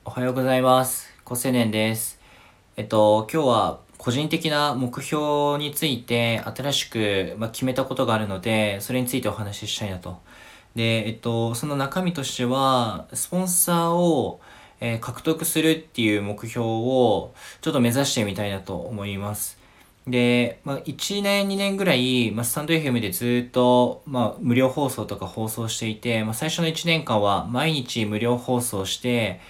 おはようございます。高青年です。今日は個人的な目標について新しく、決めたことがあるので、それについてお話ししたいなと。で、その中身としては、スポンサーを、獲得するっていう目標をちょっと目指してみたいなと思います。で、1年、2年ぐらい、スタンド FM でずっと、無料放送とか放送していて、最初の1年間は毎日無料放送して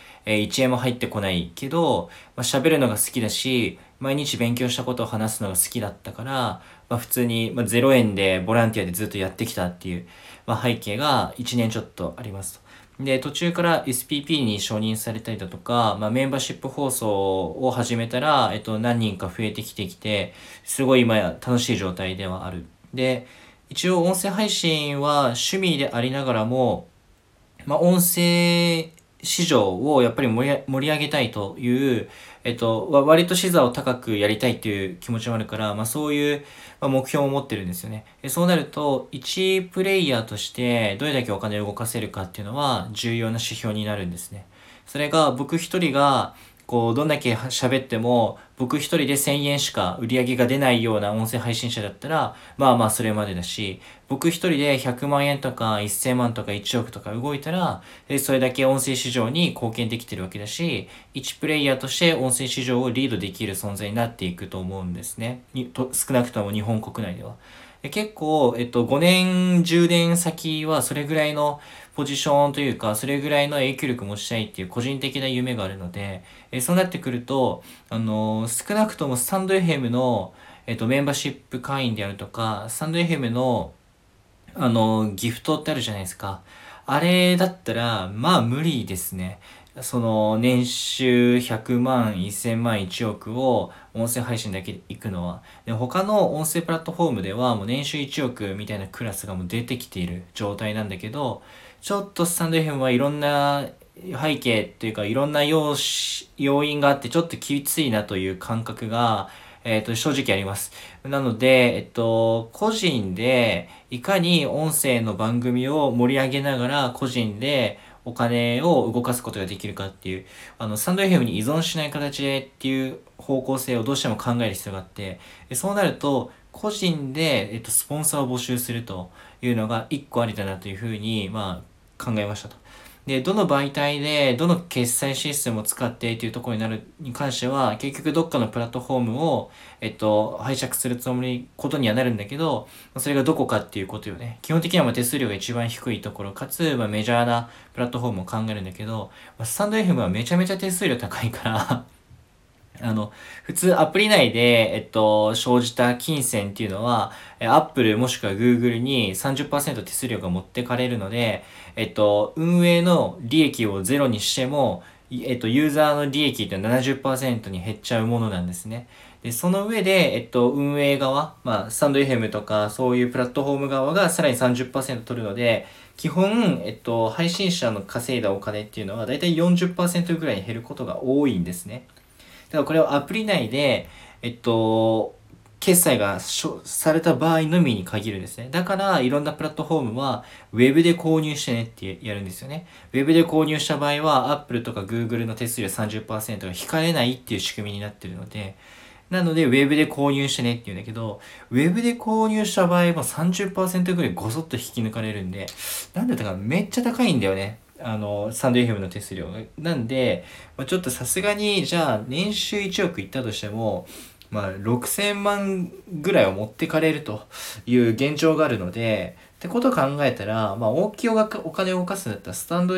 、1円も入ってこないけど、喋るのが好きだし、毎日勉強したことを話すのが好きだったから、普通に、0円でボランティアでずっとやってきたっていう、背景が1年ちょっとありますと。で、途中から SPP に承認されたりだとか、メンバーシップ放送を始めたら、何人か増えてきて、すごい今や楽しい状態ではある。で、一応音声配信は趣味でありながらも、音声市場をやっぱり盛り上げたいという、割と視座を高くやりたいっていう気持ちもあるから、そういう、目標を持ってるんですよね。そうなると、一プレイヤーとしてどれだけお金を動かせるかっていうのは重要な指標になるんですね。それが僕一人がどんだけ喋っても、僕一人で1000円しか売り上げが出ないような音声配信者だったら、それまでだし、僕一人で100万円とか1000万とか1億とか動いたら、それだけ音声市場に貢献できてるわけだし、一プレイヤーとして音声市場をリードできる存在になっていくと思うんですね。少なくとも日本国内では。結構、5年、10年先はそれぐらいのポジションというか、それぐらいの影響力持ちたいっていう個人的な夢があるので、そうなってくると、少なくともスタンド FM の、メンバーシップ会員であるとか、スタンド FM の、ギフトってあるじゃないですか。あれだったら、無理ですね。その、年収100万、1000万、1億を音声配信だけで行くのは。で、他の音声プラットフォームではもう年収1億みたいなクラスがもう出てきている状態なんだけど、ちょっとスタンド FM はいろんな背景っていうかいろんな要因があってちょっときついなという感覚が、正直あります。なので、個人でいかに音声の番組を盛り上げながら個人でお金を動かすことができるかっていう、スタンド FM に依存しない形でっていう方向性をどうしても考える必要があって、そうなると、個人で、スポンサーを募集するというのが一個ありだなというふうに、考えましたと。で、どの媒体で、どの決済システムを使ってというところに関しては、結局どっかのプラットフォームを、拝借することにはなるんだけど、それがどこかっていうことよね。基本的には手数料が一番低いところ、かつ、メジャーなプラットフォームを考えるんだけど、スタンド FM はめちゃめちゃ手数料高いから普通アプリ内で、生じた金銭っていうのは、Apple もしくは Google に30%手数料が持ってかれるので、運営の利益をゼロにしても、ユーザーの利益って70%に減っちゃうものなんですね。で、その上で、運営側、スタンド FM とか、そういうプラットフォーム側がさらに30%取るので、基本、配信者の稼いだお金っていうのは、だいたい40%ぐらいに減ることが多いんですね。だからこれをアプリ内で、決済がされた場合のみに限るんですね。だから、いろんなプラットフォームは、ウェブで購入してねってやるんですよね。ウェブで購入した場合は、Apple とか Google の手数料30%が引かれないっていう仕組みになってるので、なので、ウェブで購入してねって言うんだけど、ウェブで購入した場合も30%ぐらいごそっと引き抜かれるんで、なんだったかな、めっちゃ高いんだよね。スタンド FM の手数料が。なんで、ちょっとさすがに、じゃあ、年収1億いったとしても、6000万ぐらいを持ってかれるという現状があるので、ってことを考えたら、大きいお金を動かすんだったら、スタンド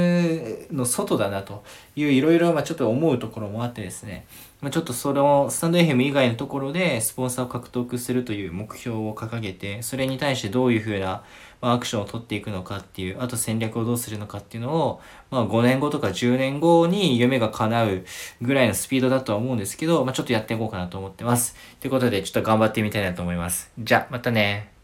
FM の外だなといういろいろ、ちょっと思うところもあってですね、ちょっとその、スタンド FM 以外のところで、スポンサーを獲得するという目標を掲げて、それに対してどういうふうな、アクションを取っていくのかっていう、あと戦略をどうするのかっていうのを、5年後とか10年後に夢が叶うぐらいのスピードだとは思うんですけど、ちょっとやっていこうかなと思ってます。ということで、ちょっと頑張ってみたいなと思います。じゃあ、またね。